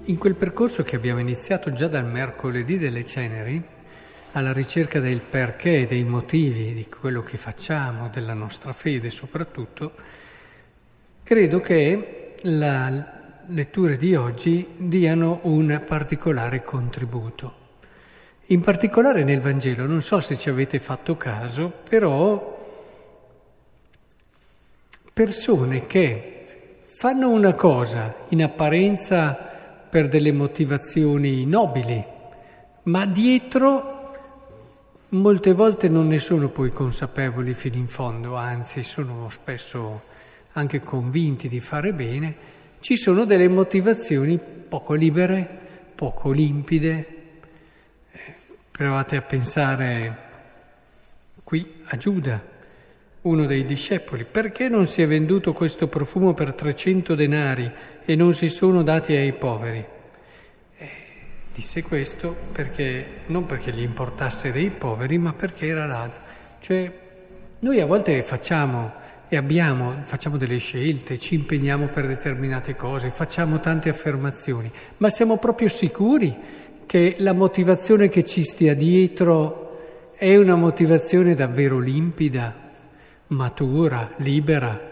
In quel percorso che abbiamo iniziato già dal mercoledì delle ceneri, alla ricerca del perché, dei motivi di quello che facciamo, della nostra fede soprattutto, credo che le letture di oggi diano un particolare contributo. In particolare nel Vangelo, non so se ci avete fatto caso, però persone che fanno una cosa in apparenza per delle motivazioni nobili, ma dietro molte volte non ne sono poi consapevoli fino in fondo, anzi sono spesso anche convinti di fare bene, ci sono delle motivazioni poco libere, poco limpide. Provate a pensare qui a Giuda, uno dei discepoli, perché non si è venduto questo profumo per 300 denari e non si sono dati ai poveri? Disse questo non perché gli importasse dei poveri, ma perché era ladro. Cioè, noi a volte facciamo delle scelte, ci impegniamo per determinate cose, facciamo tante affermazioni, ma siamo proprio sicuri che la motivazione che ci stia dietro è una motivazione davvero limpida, matura, libera?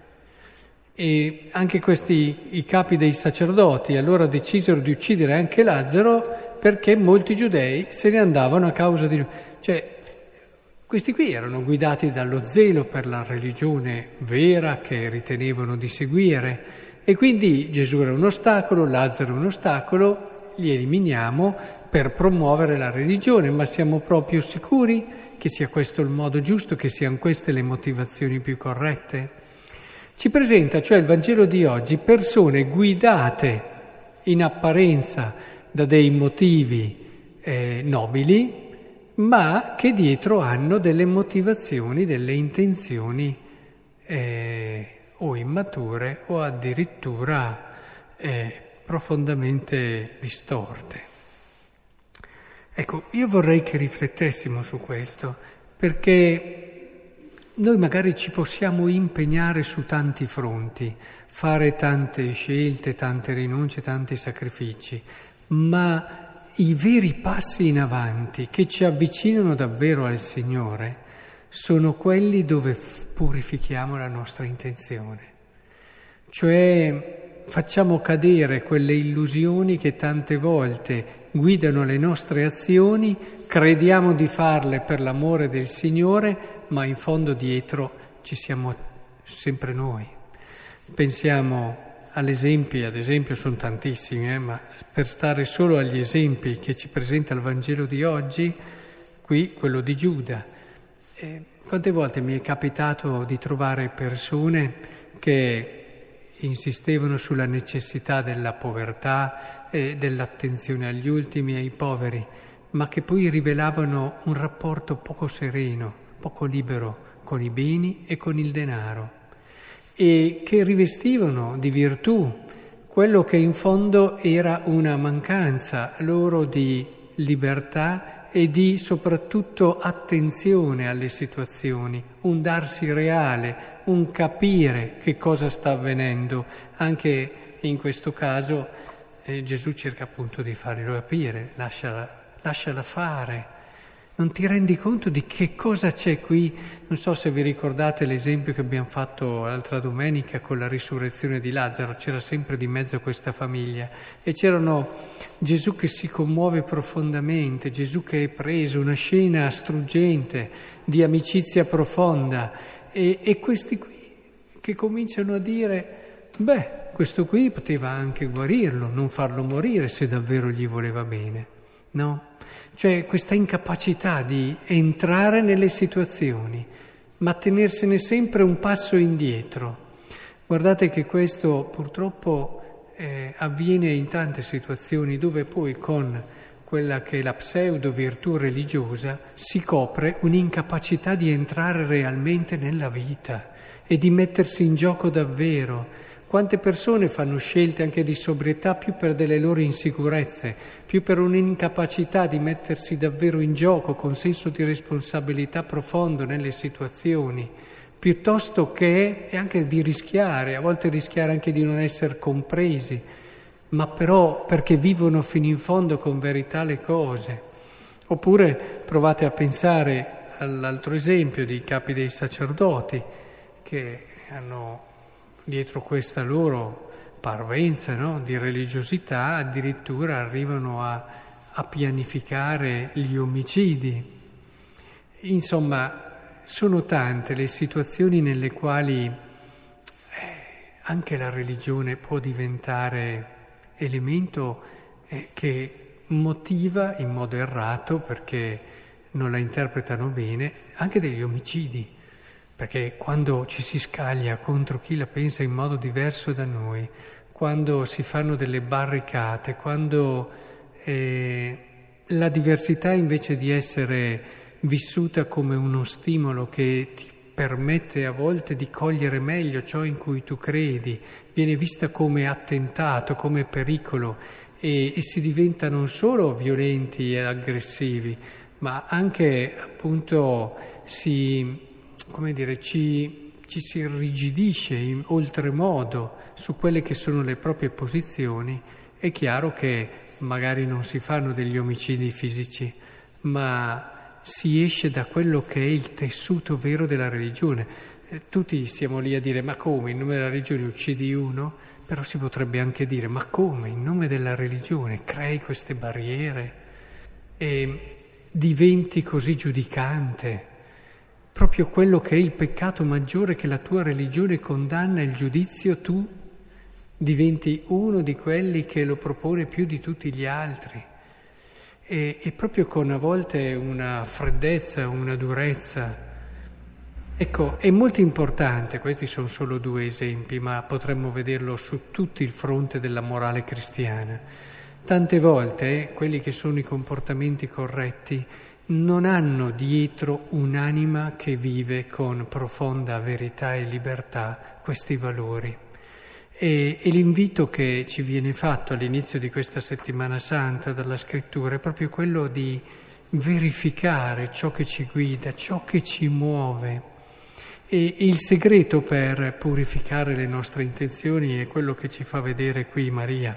E anche i capi dei sacerdoti allora decisero di uccidere anche Lazzaro perché molti giudei se ne andavano a causa di lui. Cioè, questi qui erano guidati dallo zelo per la religione vera che ritenevano di seguire e quindi Gesù era un ostacolo, Lazzaro un ostacolo, li eliminiamo per promuovere la religione, ma siamo proprio sicuri che sia questo il modo giusto, che siano queste le motivazioni più corrette? Ci presenta, cioè il Vangelo di oggi, persone guidate in apparenza da dei motivi nobili, ma che dietro hanno delle motivazioni, delle intenzioni o immature o addirittura profondamente distorte. Ecco, io vorrei che riflettessimo su questo, perché noi magari ci possiamo impegnare su tanti fronti, fare tante scelte, tante rinunce, tanti sacrifici, ma i veri passi in avanti che ci avvicinano davvero al Signore sono quelli dove purifichiamo la nostra intenzione. Cioè facciamo cadere quelle illusioni che tante volte guidano le nostre azioni, crediamo di farle per l'amore del Signore, ma in fondo dietro ci siamo sempre noi. Pensiamo agli esempi, ad esempio sono tantissimi, ma per stare solo agli esempi che ci presenta il Vangelo di oggi, qui quello di Giuda. Quante volte mi è capitato di trovare persone che insistevano sulla necessità della povertà e dell'attenzione agli ultimi e ai poveri, ma che poi rivelavano un rapporto poco sereno, poco libero con i beni e con il denaro, e che rivestivano di virtù quello che in fondo era una mancanza loro di libertà e di soprattutto attenzione alle situazioni, un darsi reale, un capire che cosa sta avvenendo. Anche in questo caso Gesù cerca appunto di farglielo capire, lasciala fare. Non ti rendi conto di che cosa c'è qui? Non so se vi ricordate l'esempio che abbiamo fatto l'altra domenica con la risurrezione di Lazzaro, c'era sempre di mezzo questa famiglia e c'erano Gesù che si commuove profondamente, Gesù che è preso, una scena struggente di amicizia profonda e questi qui che cominciano a dire, questo qui poteva anche guarirlo, non farlo morire se davvero gli voleva bene, no? Cioè questa incapacità di entrare nelle situazioni, ma tenersene sempre un passo indietro. Guardate che questo purtroppo avviene in tante situazioni dove poi con quella che è la pseudo virtù religiosa si copre un'incapacità di entrare realmente nella vita e di mettersi in gioco davvero. Quante persone fanno scelte anche di sobrietà più per delle loro insicurezze, più per un'incapacità di mettersi davvero in gioco con senso di responsabilità profondo nelle situazioni, piuttosto che anche di rischiare, a volte rischiare anche di non essere compresi, ma però perché vivono fino in fondo con verità le cose. Oppure provate a pensare all'altro esempio dei capi dei sacerdoti che hanno dietro questa loro parvenza, no, di religiosità, addirittura arrivano a pianificare gli omicidi. Insomma, sono tante le situazioni nelle quali anche la religione può diventare elemento che motiva in modo errato, perché non la interpretano bene, anche degli omicidi. Perché quando ci si scaglia contro chi la pensa in modo diverso da noi, quando si fanno delle barricate, quando la diversità invece di essere vissuta come uno stimolo che ti permette a volte di cogliere meglio ciò in cui tu credi, viene vista come attentato, come pericolo e si diventa non solo violenti e aggressivi, ma anche appunto ci si irrigidisce oltremodo su quelle che sono le proprie posizioni. È chiaro che magari non si fanno degli omicidi fisici, ma si esce da quello che è il tessuto vero della religione. Tutti stiamo lì a dire: ma come, in nome della religione uccidi uno? Però si potrebbe anche dire: ma come, in nome della religione crei queste barriere e diventi così giudicante? Proprio quello che è il peccato maggiore che la tua religione condanna, il giudizio, tu diventi uno di quelli che lo propone più di tutti gli altri. E proprio con a volte una freddezza, una durezza. Ecco, è molto importante, questi sono solo 2 esempi, ma potremmo vederlo su tutto il fronte della morale cristiana. Tante volte quelli che sono i comportamenti corretti non hanno dietro un'anima che vive con profonda verità e libertà questi valori. E l'invito che ci viene fatto all'inizio di questa Settimana Santa dalla Scrittura è proprio quello di verificare ciò che ci guida, ciò che ci muove. E il segreto per purificare le nostre intenzioni è quello che ci fa vedere qui Maria,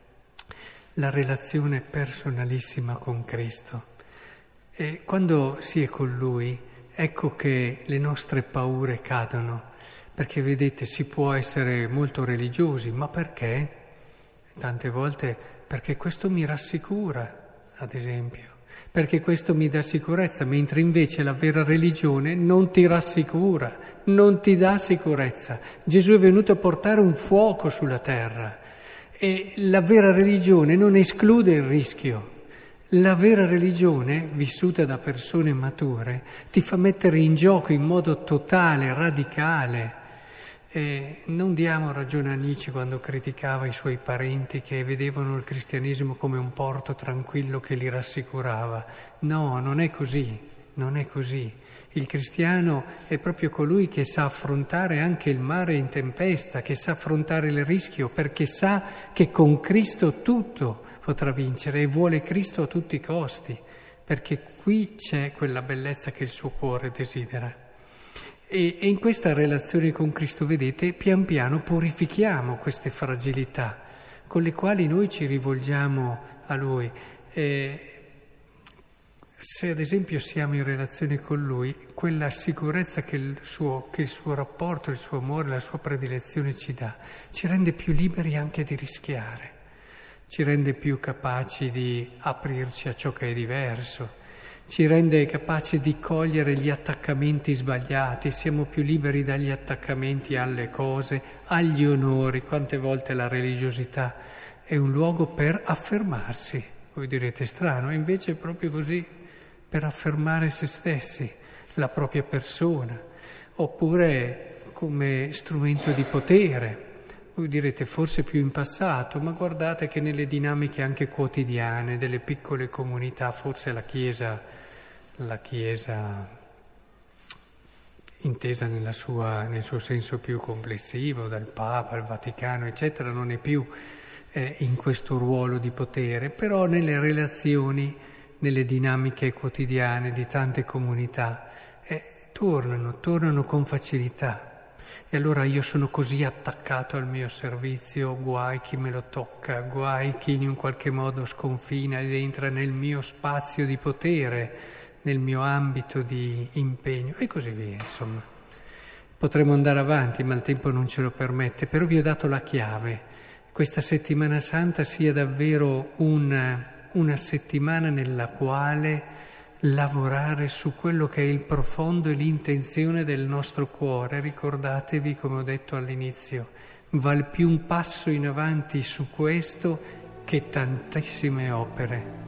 la relazione personalissima con Cristo. E quando si è con Lui, ecco che le nostre paure cadono. Perché vedete, si può essere molto religiosi, ma perché? Tante volte perché questo mi rassicura, ad esempio, perché questo mi dà sicurezza, mentre invece la vera religione non ti rassicura, non ti dà sicurezza. Gesù è venuto a portare un fuoco sulla terra e la vera religione non esclude il rischio. La vera religione, vissuta da persone mature, ti fa mettere in gioco in modo totale, radicale. Non diamo ragione a Nietzsche quando criticava i suoi parenti che vedevano il cristianesimo come un porto tranquillo che li rassicurava. No, non è così, non è così. Il cristiano è proprio colui che sa affrontare anche il mare in tempesta, che sa affrontare il rischio, perché sa che con Cristo tutto potrà vincere e vuole Cristo a tutti i costi, perché qui c'è quella bellezza che il suo cuore desidera. E in questa relazione con Cristo, vedete, pian piano purifichiamo queste fragilità con le quali noi ci rivolgiamo a Lui. Se ad esempio siamo in relazione con Lui, quella sicurezza che il suo rapporto, il suo amore, la sua predilezione ci dà, ci rende più liberi anche di rischiare, ci rende più capaci di aprirci a ciò che è diverso, ci rende capaci di cogliere gli attaccamenti sbagliati, siamo più liberi dagli attaccamenti alle cose, agli onori. Quante volte la religiosità è un luogo per affermarsi, voi direte strano, invece è proprio così, per affermare se stessi, la propria persona, oppure come strumento di potere. Voi direte forse più in passato, ma guardate che nelle dinamiche anche quotidiane delle piccole comunità, forse la Chiesa intesa nel suo senso più complessivo, dal Papa al Vaticano, eccetera, non è più in questo ruolo di potere, però nelle relazioni, nelle dinamiche quotidiane di tante comunità tornano con facilità. E allora io sono così attaccato al mio servizio, guai chi me lo tocca, guai chi in un qualche modo sconfina ed entra nel mio spazio di potere, nel mio ambito di impegno e così via, insomma. Potremmo andare avanti, ma il tempo non ce lo permette, però vi ho dato la chiave. Questa settimana santa sia davvero una settimana nella quale lavorare su quello che è il profondo e l'intenzione del nostro cuore. Ricordatevi, come ho detto all'inizio, val più un passo in avanti su questo che tantissime opere.